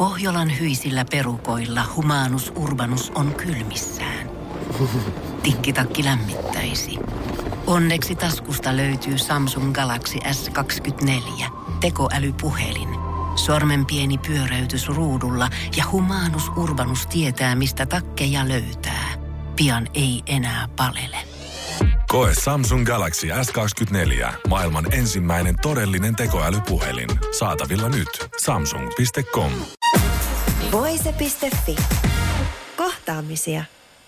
Pohjolan hyisillä perukoilla Humanus Urbanus on kylmissään. Tikkitakki lämmittäisi. Onneksi taskusta löytyy Samsung Galaxy S24, tekoälypuhelin. Sormen pieni pyöräytys ruudulla ja Humanus Urbanus tietää, mistä takkeja löytää. Pian ei enää palele. Koe Samsung Galaxy S24. Maailman ensimmäinen todellinen tekoälypuhelin. Saatavilla nyt. Samsung.com. Voise.fi. Kohtaamisia.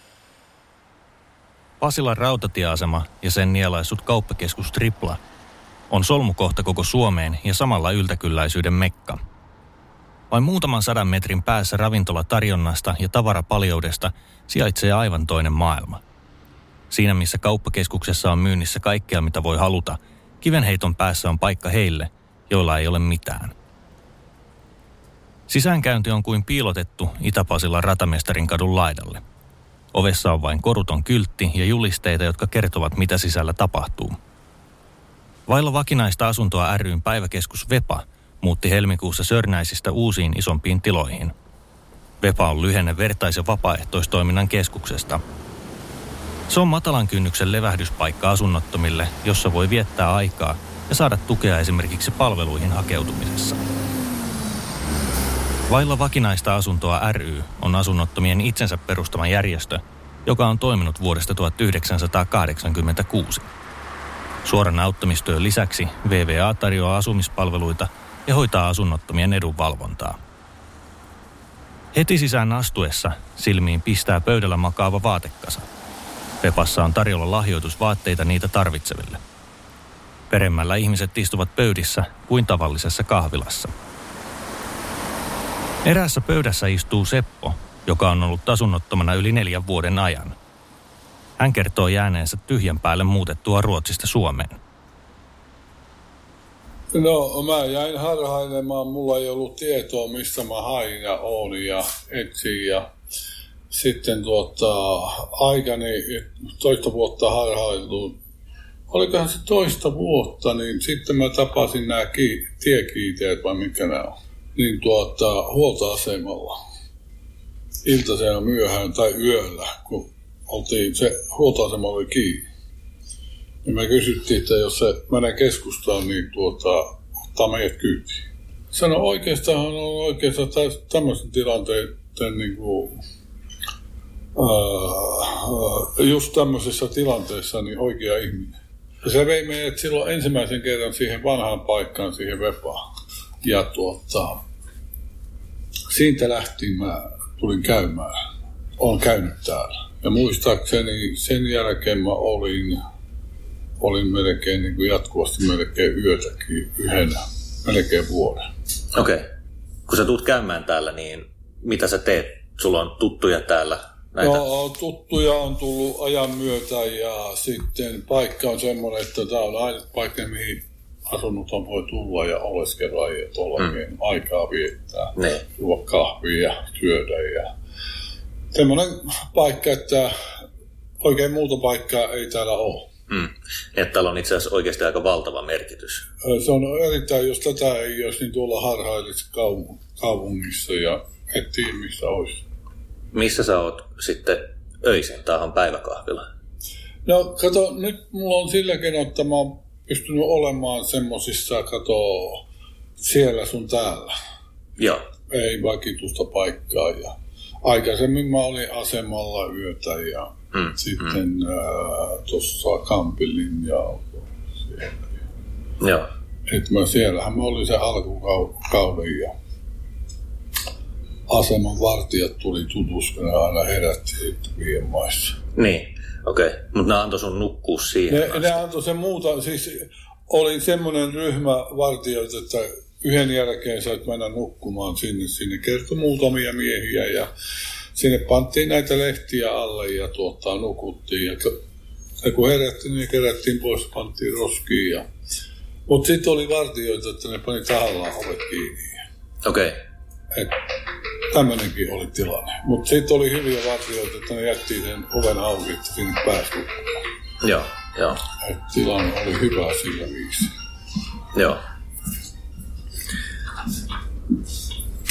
Pasilan rautatieasema ja sen nielaissut kauppakeskus Tripla on solmukohta koko Suomeen ja samalla yltäkylläisyyden mekka. Vain muutaman 100 metrin päässä ravintolatarjonnasta ja tavarapaljoudesta sijaitsee aivan toinen maailma. Siinä missä kauppakeskuksessa on myynnissä kaikkea mitä voi haluta, kivenheiton päässä on paikka heille, joilla ei ole mitään. Sisäänkäynti on kuin piilotettu Itä-Pasilan Ratamestarin kadun laidalle. Ovessa on vain koruton kyltti ja julisteita, jotka kertovat, mitä sisällä tapahtuu. Vailla vakinaista asuntoa ry:n päiväkeskus Vepa muutti helmikuussa Sörnäisistä uusiin isompiin tiloihin. Vepa on lyhenne vertais- ja vapaaehtoistoiminnan keskuksesta. Se on matalan kynnyksen levähdyspaikka asunnottomille, jossa voi viettää aikaa ja saada tukea esimerkiksi palveluihin hakeutumisessa. Vailla vakinaista asuntoa ry on asunnottomien itsensä perustama järjestö, joka on toiminut vuodesta 1986. Suoran auttamistyön lisäksi VVA tarjoaa asumispalveluita ja hoitaa asunnottomien edunvalvontaa. Heti sisään astuessa silmiin pistää pöydällä makaava vaatekasa. Vepassa on tarjolla lahjoitusvaatteita niitä tarvitseville. Peremmällä ihmiset istuvat pöydissä kuin tavallisessa kahvilassa. Eräässä pöydässä istuu Seppo, joka on ollut asunnottomana yli 4 vuoden ajan. Hän kertoo jääneensä tyhjän päälle muutettua Ruotsista Suomeen. No, mä jäin harhailemaan. Mulla ei ollut tietoa, mistä mä hain ja olin ja etsin. Ja sitten aikani 1 vuotta harhailtuun. Olikohan se 1 vuotta, niin sitten mä tapasin nämä tiekiiteet, vai mitkä nämä on. Niin huoltoasemalla. Iltasena myöhään tai yöllä, kun se huoltoasema oli kiinni. Niin me kysyttiin, että jos se menee keskustaan, niin ottaa meidät kyytiin. Sano oikeastaan on tämmöisen tilanteen niin kuin, just tämmöisessä tilanteessa niin oikea ihminen. Ja se vei meidät silloin ensimmäisen kerran siihen vanhaan paikkaan, siihen Vepaan. Ja siitä lähtien mä tulin käymään. Olen käynyt täällä. Ja muistaakseni sen jälkeen mä olin melkein niin kuin jatkuvasti melkein yötäkin melkein vuoden. Okei. Kun sä tulet käymään täällä, niin mitä sä teet? Sulla on tuttuja täällä? Näitä? No, tuttuja on tullut ajan myötä ja sitten paikka on semmoinen, että tämä on aina paikka, mihin asunnoton voi tulla ja oleskella ja tuollakin aikaa viettää. Juo kahvia ja syödä ja semmoinen paikka, että oikein muuta paikkaa ei täällä ole. Että täällä on itse asiassa oikeasti aika valtava merkitys. Se on erittäin, jos tätä ei olisi, niin tuolla harhailisi kaupungissa ja et tiedä missä olisi. Missä sä oot sitten öisin? Tämähän on päiväkahvila. No kato, nyt mulla on silläkin, että mä oon pystynyt olemaan semmosissa, siellä sun täällä. Joo. Ei vakituista paikkaa. Ja aikaisemmin mä olin asemalla yötä ja sitten tuossa Kampilin ja siellä. Joo. Et siellähän mä olin se alkukauden ja aseman vartijat tuli tutustumaan ja aina herättiin maissa. Niin, okei. Mutta ne antoi sun nukkua siihen. Ne antoi sen muuta. Siis oli semmoinen ryhmä vartijoita, että yhden jälkeen sait mennä nukkumaan sinne. Sinne kertoi muutamia miehiä ja sinne pantiin näitä lehtiä alle ja nukuttiin. Ja kun herättiin, niin kerättiin pois, pantiin roskiin. Mutta sitten oli vartijoita, että ne pani tahallaan ovet kiinni. Okei. Tämmöinenkin oli tilanne. Mutta sitten oli hyviä vartijoita, että ne jättiin sen oven auki, että sinne pääsi nukkumaan. Joo. Tilanne oli hyvä sillä viisi. Joo.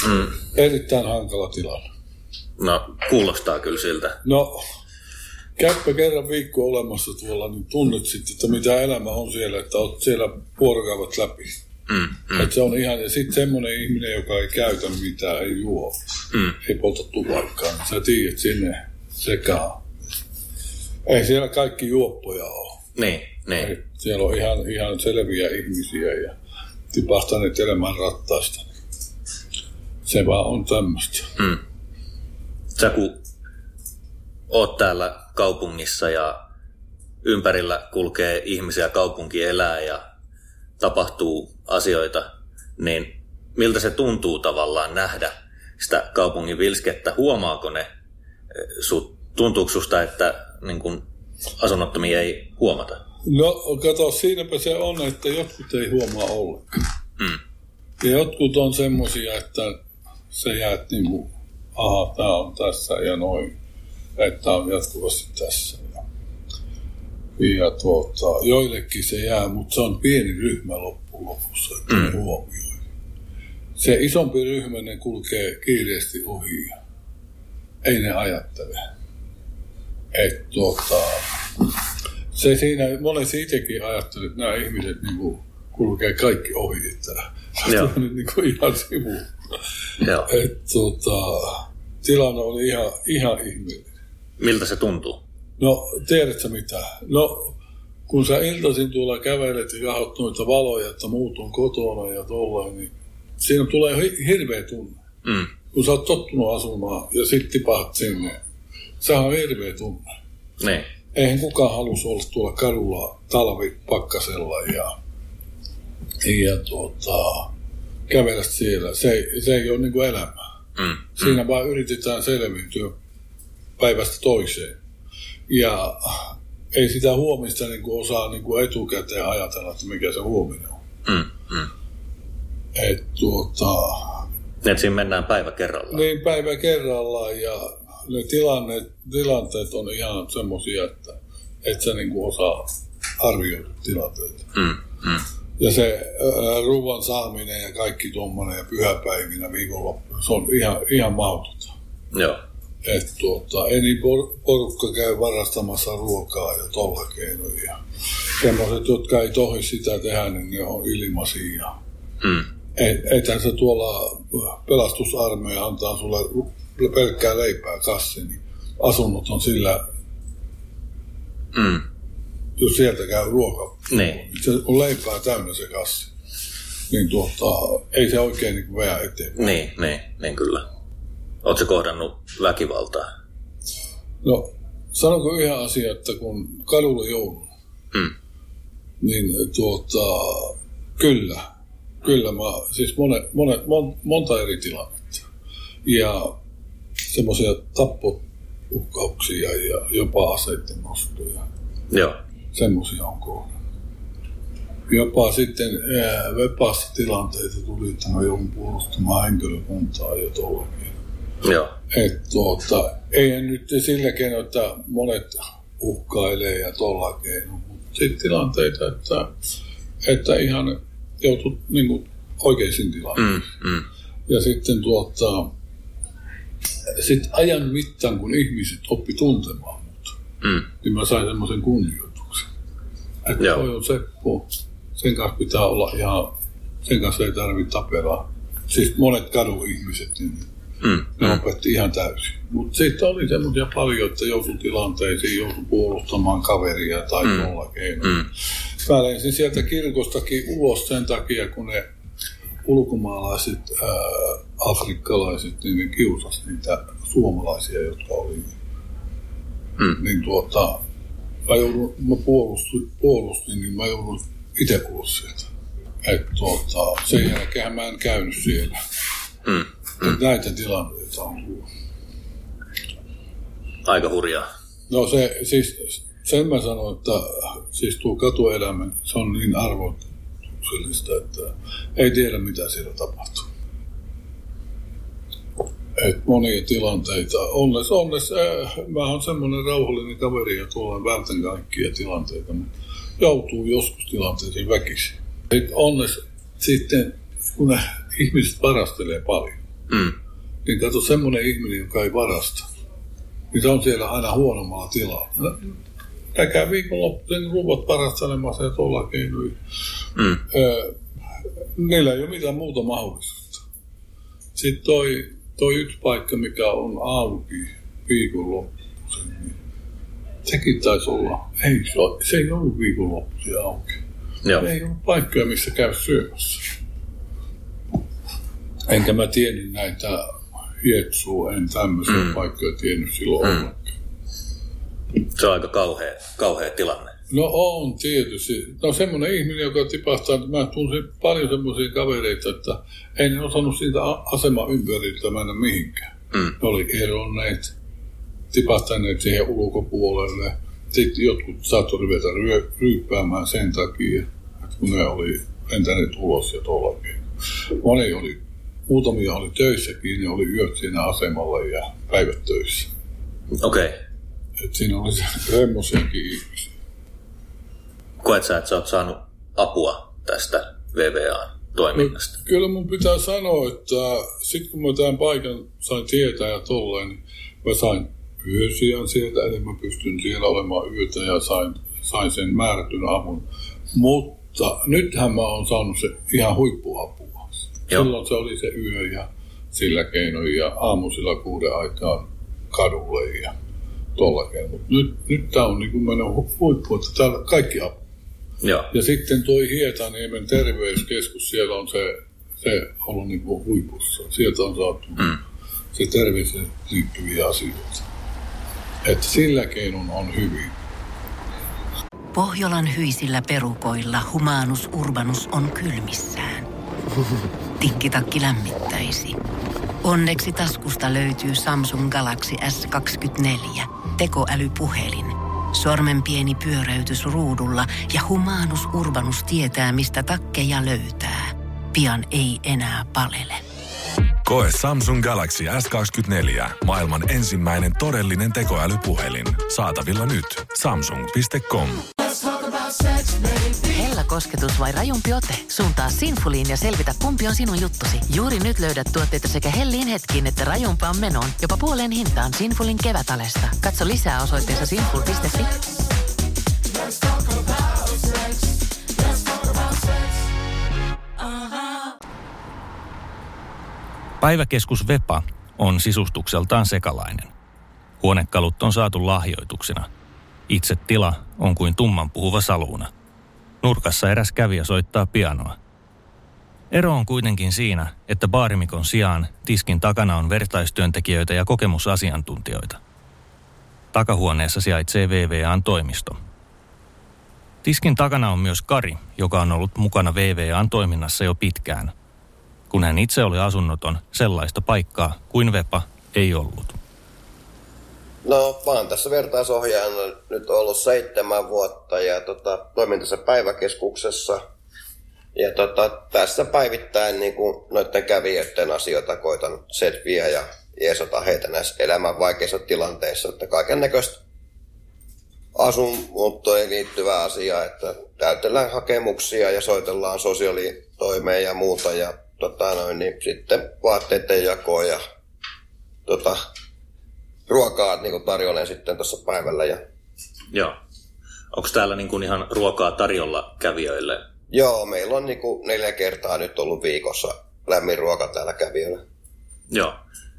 Erittäin hankala tilanne. No, kuulostaa kyllä siltä. No, käypä kerran viikko olemassa tuolla, niin tunnet sitten, että mitä elämä on siellä, että olet siellä vuorokaudet läpi. Että se on ihan, ja sitten semmoinen ihminen, joka ei käytä mitään, ei juo, ei polta tupakkaa, niin sä tiedät sinne sekaan. Ei siellä kaikki juoppoja ole. Niin. Siellä on ihan selviä ihmisiä ja tipahtaneet elämän rattaista. Se vaan on tämmöistä. Sä kun oot täällä kaupungissa ja ympärillä kulkee ihmisiä, kaupunki elää ja tapahtuu asioita, niin miltä se tuntuu tavallaan nähdä sitä kaupungin vilskettä? Huomaako ne? Tuntuuko susta, että niin kun asunnottomia ei huomata? No kato, siinäpä se on, että jotkut ei huomaa ollenkaan. Ja jotkut on semmosia, että se jäät niinku, aha, tää on tässä ja noin, että on jatkuvasti tässä. Ja joillekin se jää, mutta se on pieni ryhmä loppujen lopussa, että ne huomioi. Se isompi ryhmä, ne kulkee kiireesti ohi ja ei ne ajattele. Se siinä, monesti itsekin ajattelee, että nämä ihmiset niinku kulkee kaikki ohi, että se on nyt niinku ihan sivuun. Tilanne oli ihan ihmeellinen. Miltä se tuntuu? No, tiedätkö mitä? No, kun sä iltaisin tuolla kävelet ja katsot noita valoja, että muut on kotona ja tollain, niin siinä tulee hirveä tunne. Kun sä oot tottunut asumaan ja sit tipahat sinne, sehän on hirveä tunne. Ne. Eihän kukaan halus olla tuolla kadulla talvipakkasella ja kävellä siellä. Se ei ole niin kuin elämää. Siinä vaan yritetään selviytyä päivästä toiseen. Ja ei sitä huomista niin kuin osaa niin kuin etukäteen ajatella, että mikä se huominen on. Et siinä mennään päivä kerrallaan. Niin, päivä kerrallaan ja ne tilanteet on ihan semmoisia, että et sä niin kuin osaa arvioida tilanteita. Ja se ruoan saaminen ja kaikki tuommoinen ja pyhäpäivinä viikonloppuun, se on ihan mahdotonta. Joo. Ei niin porukka käy varastamassa ruokaa ja tolla keinoin. Ja semmoiset, jotka ei tohi sitä tehdä, niin ne on ilmaisia. Eihän se tuolla pelastusarmeija antaa sulle pelkkää leipää kassi, niin asunnot on sillä, jos sieltä käy ruoka. Niin. Se on leipää täynnä se kassi. Niin ei se oikein niin veä eteenpäin. Niin kyllä. Oletko kohdannut väkivaltaa? No, sanonko yhden asian, että kun kadulla joulun, niin kyllä siis monta eri tilannetta. Ja semmoisia tappouhkauksia ja jopa aseiden nostoja. Joo. Semmoisia on kohdannut. Jopa sitten vepassa tilanteita tuli, että mä joudun puolustamaan henkilökuntaa ja tollakin. Joo. Eihän nyt sillä keinoin, että monet uhkailee ja tolla keinoin, mutta sitten tilanteita, että ihan joutuu niin oikeisiin tilanteisiin. Ja sitten sit ajan mittaan, kun ihmiset oppi tuntemaan mut, niin mä sain semmoisen kunnioituksen. Että toi on Seppo, sen kanssa pitää olla ihan, sen kanssa ei tarvitse tapella. Siis monet kadun ihmiset, niin ne opetti ihan täysin. Mutta sitten oli semmoisia paljon, että joutui tilanteisiin, joutui puolustamaan kaveria tai tuolla keinoin. Mä lensin sieltä kirkostakin ulos sen takia, kun ne ulkomaalaiset, afrikkalaiset, niin ne kiusasi niitä suomalaisia, jotka oli. Niin mä puolustin, niin mä joudun itse ulos sieltä. Sen jälkeen mä en käynyt siellä. Näitä tilanteita on ollut. Aika hurjaa. No sen mä sanon, että siis tuo katuelämä, se on niin arvoituksellista, että ei tiedä mitä siellä tapahtuu. Et monia tilanteita. Onnes, mä oon semmoinen rauhallinen kaveri ja tuolla vältän kaikkia tilanteita, mutta joutuu joskus tilanteisiin väkisin. Onnes sitten, kun ihmiset varastelee paljon, Niin kato, semmoinen ihminen, joka ei varasta, niin se on siellä aina huonommalla tilalla. Käykää viikonloppuisen ruvat varastelemassa ja tuolla keinoin. Niillä ei ole mitään muuta mahdollisuutta. Sitten toi yksi paikka, mikä on auki viikonloppuisen, niin sekin taisi olla. Se ei ollut viikonloppuisen auki. Joo. Ei ollut paikkoja, missä käy syömässä. Enkä mä tiennyt näitä Hietsua, en tämmöisiä paikkoja tiennyt silloin ollenkaan. Se on aika kauhea tilanne. No on tietysti. No semmoinen ihminen, joka tipahtaa, että mä tunsin paljon semmoisia kavereita, että ei ne osannut siitä aseman ympäriltä mennä mihinkään. Ne oli eronneet, tipahtaneet siihen ulkopuolelle. Sitten jotkut saattoi ruveta ryyppäämään sen takia, että kun ne oli lentäneet ulos ja tuollakin. Muutamia oli töissäkin, ne oli yöt siinä asemalla ja päivät töissä. Okei. Että siinä oli semmoisiakin ihmisiä. Koet sä, että sä oot saanut apua tästä VVA-toiminnasta? No, kyllä mun pitää sanoa, että sitten kun mä tämän paikan sain tietää ja tolleen, niin mä sain yösijan sieltä, eli mä pystyn siellä olemaan yötä ja sain sen määrätyn avun. Mutta nythän mä oon saanut se ihan huippuapua. Silloin se oli se yö ja sillä keinoin ja aamusilla 6 aikaan kadulle ja tuolla keinoin. Mutta nyt tää on niin kuin mennyt huippu, että täällä kaikki apu. Ja sitten toi Hietaniemen terveyskeskus, siellä on se ollut niin kuin huipussa. Sieltä on saatu se terveyseen liittyviä asioita. Että sillä keinoin on hyvin. Pohjolan hyisillä perukoilla Humanus Urbanus on kylmissään. Tikkitakki lämmittäisi. Onneksi taskusta löytyy Samsung Galaxy S24. Tekoälypuhelin. Sormen pieni pyöräytys ruudulla ja Humanus Urbanus tietää, mistä takkeja löytää. Pian ei enää palele. Koe Samsung Galaxy S24. Maailman ensimmäinen todellinen tekoälypuhelin. Saatavilla nyt. Samsung.com. Hella kosketus vai rajumpi ote? Suuntaa Sinfuliin ja selvitä, kumpi on sinun juttusi. Juuri nyt löydät tuotteita sekä helliin hetkiin että rajumpaan menoon. Jopa puoleen hintaan Sinfulin kevätalesta. Katso lisää osoitteessa sinful.fi. Päiväkeskus Vepa on sisustukseltaan sekalainen. Huonekalut on saatu lahjoituksina. Itse tila on kuin tummanpuhuva saluuna. Nurkassa eräs kävijä soittaa pianoa. Ero on kuitenkin siinä, että baarimikon sijaan tiskin takana on vertaistyöntekijöitä ja kokemusasiantuntijoita. Takahuoneessa sijaitsee VVA:n toimisto. Tiskin takana on myös Kari, joka on ollut mukana VVA:n toiminnassa jo pitkään. Kun hän itse oli asunnoton, sellaista paikkaa kuin Vepa ei ollut. No, mä oon tässä vertaisohjaajana nyt ollut 7 vuotta ja toimin tässä päiväkeskuksessa. Ja tässä päivittäin niin noiden kävijöiden asioita koitan setviä ja jeesata heitä näissä elämän vaikeissa tilanteissa. Että kaiken näköistä asunmuuttoihin liittyvää asiaa, että täytellään hakemuksia ja soitellaan sosiaalitoimeen ja muuta. Ja niin sitten vaatteiden jakoa ja ruokaa niin tarjoilen sitten tuossa päivällä. Joo. Onko täällä niin ihan ruokaa tarjolla kävijöille? Joo, meillä on 4 kertaa nyt ollut viikossa lämmin ruoka täällä kävijöillä. Joo.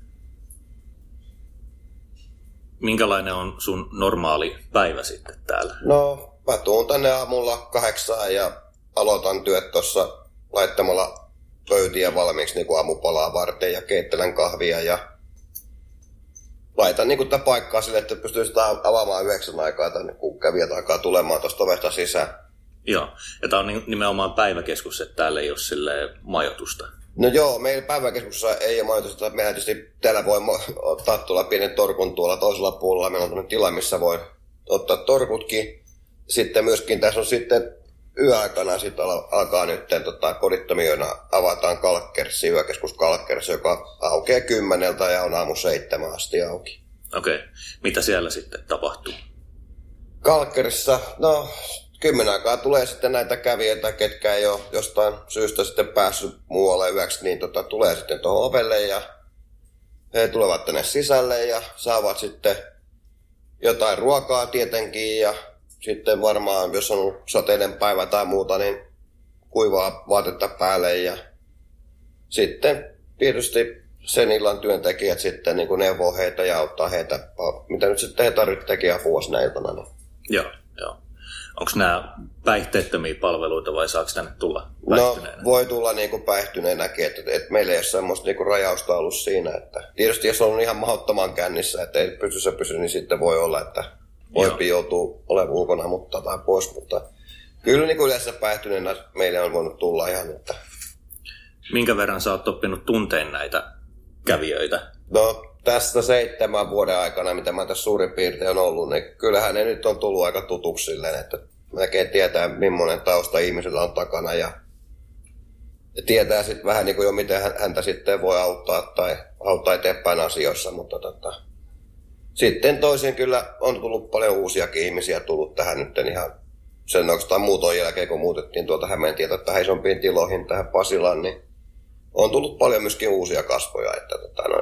Minkälainen on sun normaali päivä sitten täällä? No, mä tuun tänne aamulla 8 ja aloitan työt tuossa laittamalla pöytiä valmiiksi aamupalaa varten ja keittelen kahvia ja laitan tätä paikkaa sille, että pystyy sitä avaamaan 9 aikaa tänne, kun kävijät alkaa tulemaan tuosta ovesta sisään. Joo, ja tämä on nimenomaan päiväkeskus, että täällä ei ole silleen majoitusta. No joo, meillä päiväkeskuksessa ei ole majoitusta. Mehän tietysti täällä voi ottaa tuolla pienen torkun tuolla toisella puolella. Meillä on tämmöinen tila, missä voi ottaa torkutkin. Sitten myöskin tässä on sitten yöaikana sitten alkaa nyt kodittomioina avataan Kalkkerssi, yökeskus Kalkkerssi, joka aukeaa 10 ja on aamu 7 asti auki. Okei. Mitä siellä sitten tapahtuu? Kalkkerissa, no 10 aikaa tulee sitten näitä kävijöitä, ketkä ei ole jostain syystä sitten päässyt muualle yöksi, niin tulee sitten tuohon ovelle ja he tulevat tänne sisälle ja saavat sitten jotain ruokaa tietenkin ja sitten varmaan, jos on sateinen päivä tai muuta, niin kuivaa vaatetta päälle ja sitten tietysti sen illan työntekijät sitten niin kuin neuvoo heitä ja auttaa heitä, mitä nyt sitten he tarvitsevat apua sinä iltana. Niin. Joo. Onko nämä päihteettömiä palveluita vai saako tänne tulla päihtyneenä? No, voi tulla niin kuin päihtyneenäkin, että meillä ei ole semmoista niin kuin rajausta ollut siinä. Että tietysti jos on ihan mahdottoman kännissä, että ei pysy, niin sitten voi olla, että voipi joutuu olemaan ulkona tai pois. Mutta kyllä niin kuin yleensä päihtyneenä meille on voinut tulla ihan. Että... Minkä verran sä oot oppinut tunteen näitä kävijöitä? No tästä 7 vuoden aikana, mitä mä tässä suurin piirtein on ollut, niin kyllähän ne nyt on tullut aika tutuksi silleen, että melkein tietää, millainen tausta ihmisellä on takana ja tietää sitten vähän niin kuin jo, miten häntä sitten voi auttaa eteenpäin asioissa, mutta sitten toisin kyllä on tullut paljon uusiakin ihmisiä tullut tähän nyt ihan sen oikeastaan muuton jälkeen, kun muutettiin tuolta Hämeentietä tähän isompiin tiloihin tähän Pasilaan, niin on tullut paljon myöskin uusia kasvoja, että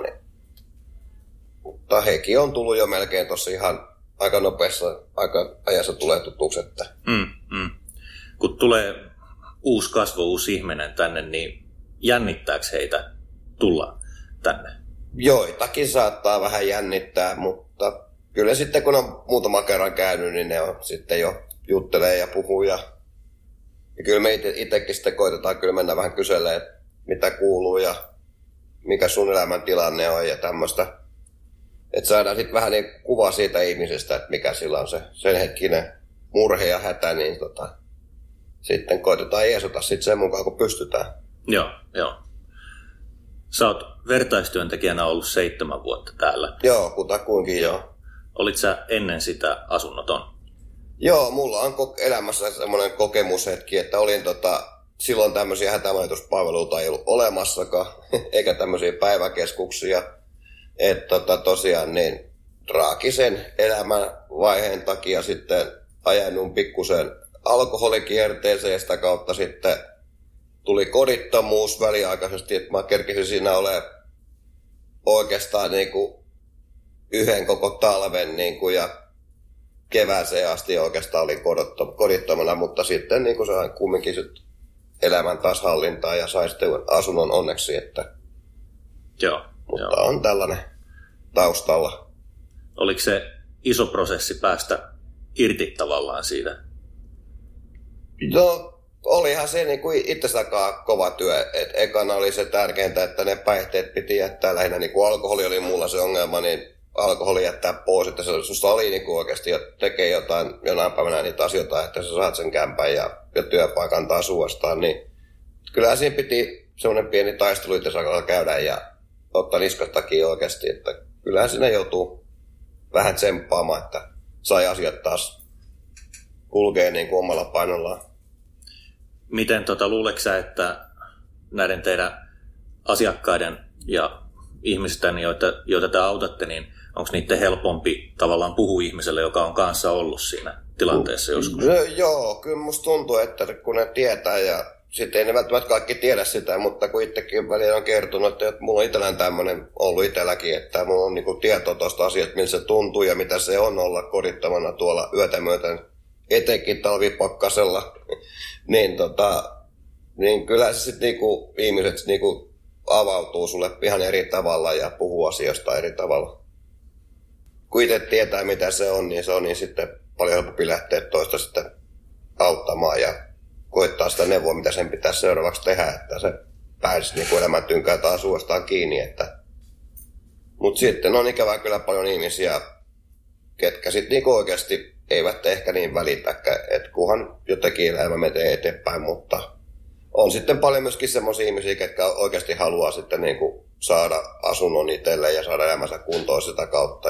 mutta hekin on tullut jo melkein tuossa ihan aika nopeassa ajassa tulee tutuksi. Että... Kun tulee uusi kasvo, uusi ihminen tänne, niin jännittääkö heitä tulla tänne? Joitakin saattaa vähän jännittää, mutta kyllä sitten kun on muutaman kerran käynyt, niin ne on sitten jo juttelee ja puhuu. Ja kyllä me itsekin sitten koitetaan kyllä mennä vähän kyselemään, mitä kuuluu ja mikä sun elämän tilanne on ja tämmöistä. Että saadaan sitten vähän niin kuva siitä ihmisestä, että mikä sillä on se sen hetkinen murhe ja hätä, niin sitten koitetaan jeesata sitten sen mukaan, kun pystytään. Joo. Sä oot vertaistyöntekijänä ollut 7 vuotta täällä. Joo, kutakuinkin joo. Olit sä ennen sitä asunnoton? Joo, mulla on elämässä semmoinen kokemushetki, että olin silloin tämmöisiä hätämajoituspalveluita ei ollut olemassakaan, eikä tämmöisiä päiväkeskuksia. Että tosiaan niin traagisen elämänvaiheen takia sitten ajanut pikkusen alkoholikierteeseen ja sitä kautta sitten tuli kodittomuus väliaikaisesti, että mä kerkisin siinä olemaan oikeastaan niin kuin yhden koko talven niin kuin ja kevääseen asti oikeastaan olin kodittomana, mutta sitten niin kuin sain kumminkin elämän taas hallintaan ja sai sitten asunnon onneksi, että mutta on tällainen taustalla. Oliko se iso prosessi päästä irti tavallaan siitä? No, olihan se niin kuin itsestäkaan kova työ. Et ekana oli se tärkeintä, että ne päihteet piti jättää lähinnä, niin kuin alkoholi oli mulla se ongelma, niin alkoholi jättää pois. Että susta oli niin kuin oikeasti tekee jonain päivänä niitä asioita, että sä saat sen kämpän ja työpaikan taas uudestaan. Niin kyllähän siinä piti semmoinen pieni taistelu itsestäkaan käydä ja ottaa niskastakin oikeasti, että kyllähän sinne joutuu vähän tsemppaamaan, että sai asiat taas kulkee niin kuin omalla painollaan. Miten luuleeko sä, että näiden teidän asiakkaiden ja ihmisten, joita te autatte, niin onko niiden helpompi tavallaan puhua ihmiselle, joka on kanssa ollut siinä tilanteessa joskus? No, joo, kyllä musta tuntuu, että kun ne tietää ja sitten ei ne välttämättä kaikki tiedä sitä, mutta kun itsekin välillä on kertonut, että mulla on itsellään tämmöinen ollut itselläkin, että mulla on niinku tietoa tuosta asiasta, miltä se tuntuu ja mitä se on olla kodittomana tuolla yötä myöten, etenkin talvipakkasella, niin kyllä se sitten niinku ihmiset niinku avautuu sulle ihan eri tavalla ja puhuu asioista eri tavalla. Kun itse tietää, mitä se on, niin sitten paljon helpompi lähteä toista sitten auttamaan ja koittaa sitä neuvoa, mitä sen pitäisi seuraavaksi tehdä, että se pääsisi niin elämän tynkää taas uudestaan kiinni. Mutta sitten on ikävää kyllä paljon ihmisiä, ketkä sitten niin oikeasti eivät ehkä niin välitäkään, että kunhan jotenkin elämä menee eteenpäin, mutta on sitten paljon myöskin semmoisia ihmisiä, ketkä oikeasti haluaa sitten niin kuin saada asunnon itselle ja saada elämänsä kuntoon sitä kautta.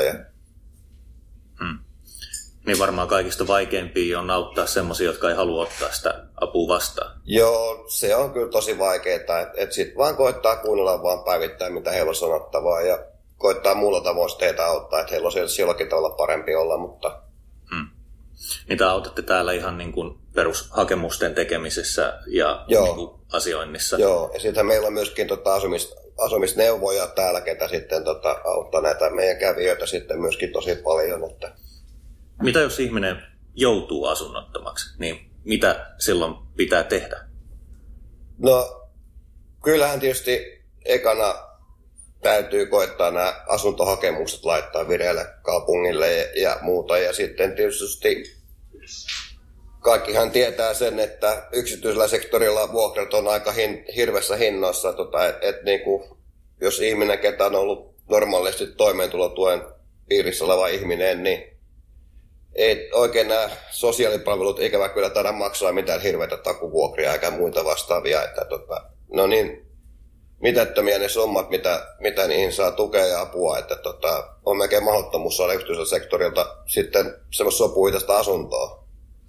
Niin varmaan kaikista vaikeimpia on auttaa semmoisia, jotka ei halua ottaa sitä apua vastaan. Joo, se on kyllä tosi vaikeaa, että sitten vaan koittaa kuunnella vaan päivittäin, mitä heillä on sanottavaa ja koittaa muulla tavoin heitä auttaa, että heillä on jollakin tavalla parempi olla, mutta... Niitä autatte täällä ihan niin kuin perushakemusten tekemisessä ja niin kuin asioinnissa. Joo, ja sittenhän meillä on myöskin asumisneuvoja täällä, ketä sitten auttaa näitä meidän kävijöitä sitten myöskin tosi paljon. Että. Mitä jos ihminen joutuu asunnottomaksi, niin mitä silloin pitää tehdä? No, kyllähän tietysti ekana täytyy koettaa nämä asuntohakemukset laittaa vireille kaupungille ja muuta. Ja sitten tietysti kaikkihan tietää sen, että yksityisellä sektorilla vuokrat on aika hirveässä hinnoissa. Et niinku, jos ihminen, ketä on ollut normaalisti toimeentulotuen piirissä oleva ihminen, niin ei oikein nämä sosiaalipalvelut ikävä kyllä taida maksaa mitään hirveitä takuvuokria eikä muita vastaavia. Että no niin, mitättömiä ne summat, mitä niihin saa tukea ja apua, että on melkein mahdottomuus saada yksityisellä sektorilta sitten semmoista sopuhitaista asuntoa.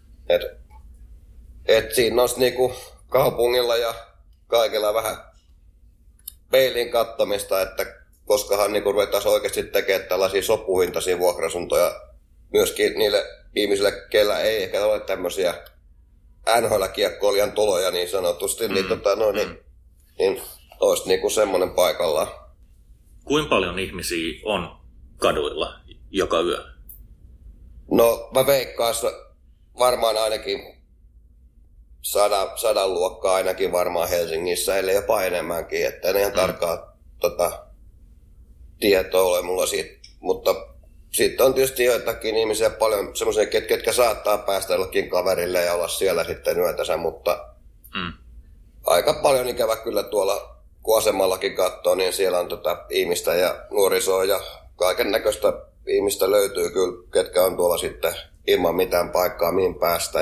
Et siinä olisi niinku kaupungilla ja kaikilla vähän peilin kattomista, että koskahan niinku ruvetaan oikeasti tekemään tällaisia sopuhintaisia vuokra-asuntoja myöskin niille ihmisille, kellä ei ehkä ole tämmöisiä NHL-kiekkoilijan tuloja niin sanotusti, niin olisi niinku semmoinen paikallaan. Kuinka paljon ihmisiä on kaduilla joka yö? No mä veikkaan varmaan ainakin 100 luokkaa ainakin varmaan Helsingissä, ellei jopa enemmänkin, että en ihan tarkkaa tietoa ole mulla siitä, mutta sitten on tietysti joitakin ihmisiä paljon semmoisia, ketkä saattaa päästä jollekin kaverille ja olla siellä sitten yötänsä, mutta aika paljon ikävä kyllä tuolla, kun asemallakin katsoo, niin siellä on ihmistä ja nuorisoa ja kaiken näköistä ihmistä löytyy kyllä, ketkä on tuolla sitten ilman mitään paikkaa, mihin päästä.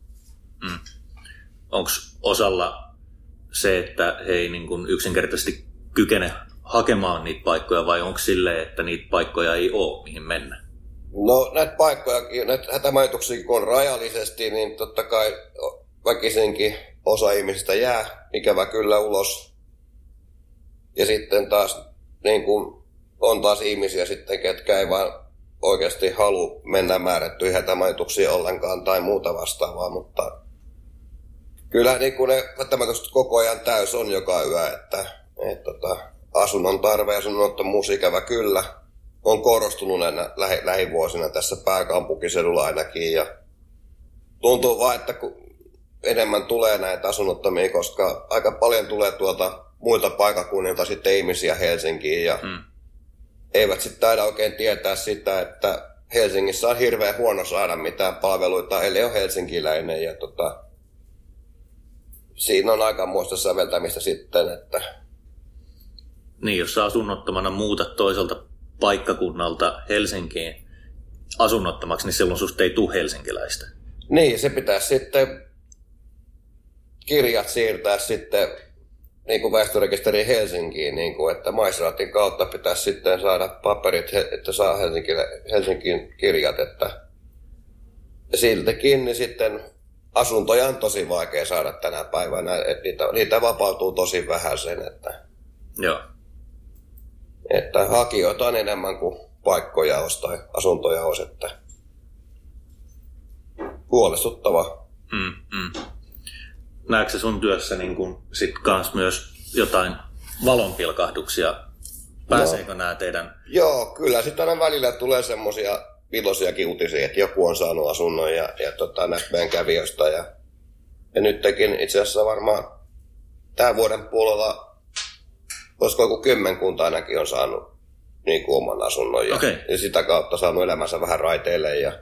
Onko osalla se, että he ei niin kuin yksinkertaisesti kykene hakemaan niitä paikkoja, vai onko silleen, että niitä paikkoja ei ole, mihin mennä? No näitä paikkoja, näitä hätämajoituksia kun on rajallisesti, niin totta kai väkisinkin osa ihmisistä jää ikävä kyllä ulos. Ja sitten taas niin kuin on taas ihmisiä sitten, ketkä ei vaan oikeasti halua mennä määrättyihin hätämajoituksiin ollenkaan tai muuta vastaavaa, mutta kyllähän niin kuin ne hätämajoitukset koko ajan täys on joka yö, että asunnon tarve ja asunnottomuus ikävä kyllä on korostunut näinä lähivuosina tässä pääkaupunkiseudulla ainakin ja tuntuu vaan, että enemmän tulee näitä asunnottomia, koska aika paljon tulee tuolta muilta paikakunnilta sitten ihmisiä Helsinkiin ja eivät sitten taida oikein tietää sitä, että Helsingissä on hirveän huono saada mitään palveluita, ellei ole helsinkiläinen ja siinä on aikamoista säveltämistä sitten, että niin, jos sä asunnottomana muutat toiselta paikkakunnalta Helsinkiin asunnottomaksi, niin silloin susta ei tule helsinkiläistä. Niin, se pitäisi sitten kirjat siirtää sitten niin kuin väestörekisteriin Helsinkiin, niin kuin, että maistraatin kautta pitäisi sitten saada paperit, että saa Helsinkiin kirjat, että siltäkin niin sitten asuntoja on tosi vaikea saada tänä päivänä, että niitä vapautuu tosi vähän sen, että joo. Että hakijoita on enemmän kuin paikkoja tai asuntoja olisi, että huolestuttava. Näetkö sä sun työssä niin kun sit kans myös jotain valonpilkahduksia? Pääseekö nämä teidän? Joo, kyllä sitten aina välillä tulee semmoisia iloisiakin uutisia, että joku on saanut asunnon ja näistä meidän kävijöistä. Ja nytkin itse asiassa varmaan tämän vuoden puolella olisiko joku 10 ainakin on saanut niin kuin oman asunnon ja sitä kautta saanut elämänsä vähän raiteille. Ja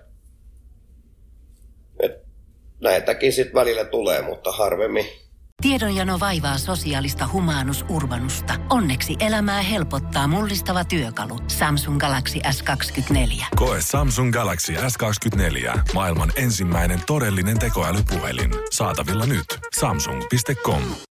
näitäkin sitten välillä tulee, mutta harvemmin. Tiedonjano vaivaa sosiaalista humanus urbanusta. Onneksi elämää helpottaa mullistava työkalu. Samsung Galaxy S24. Koe Samsung Galaxy S24. Maailman ensimmäinen todellinen tekoälypuhelin. Saatavilla nyt. Samsung.com.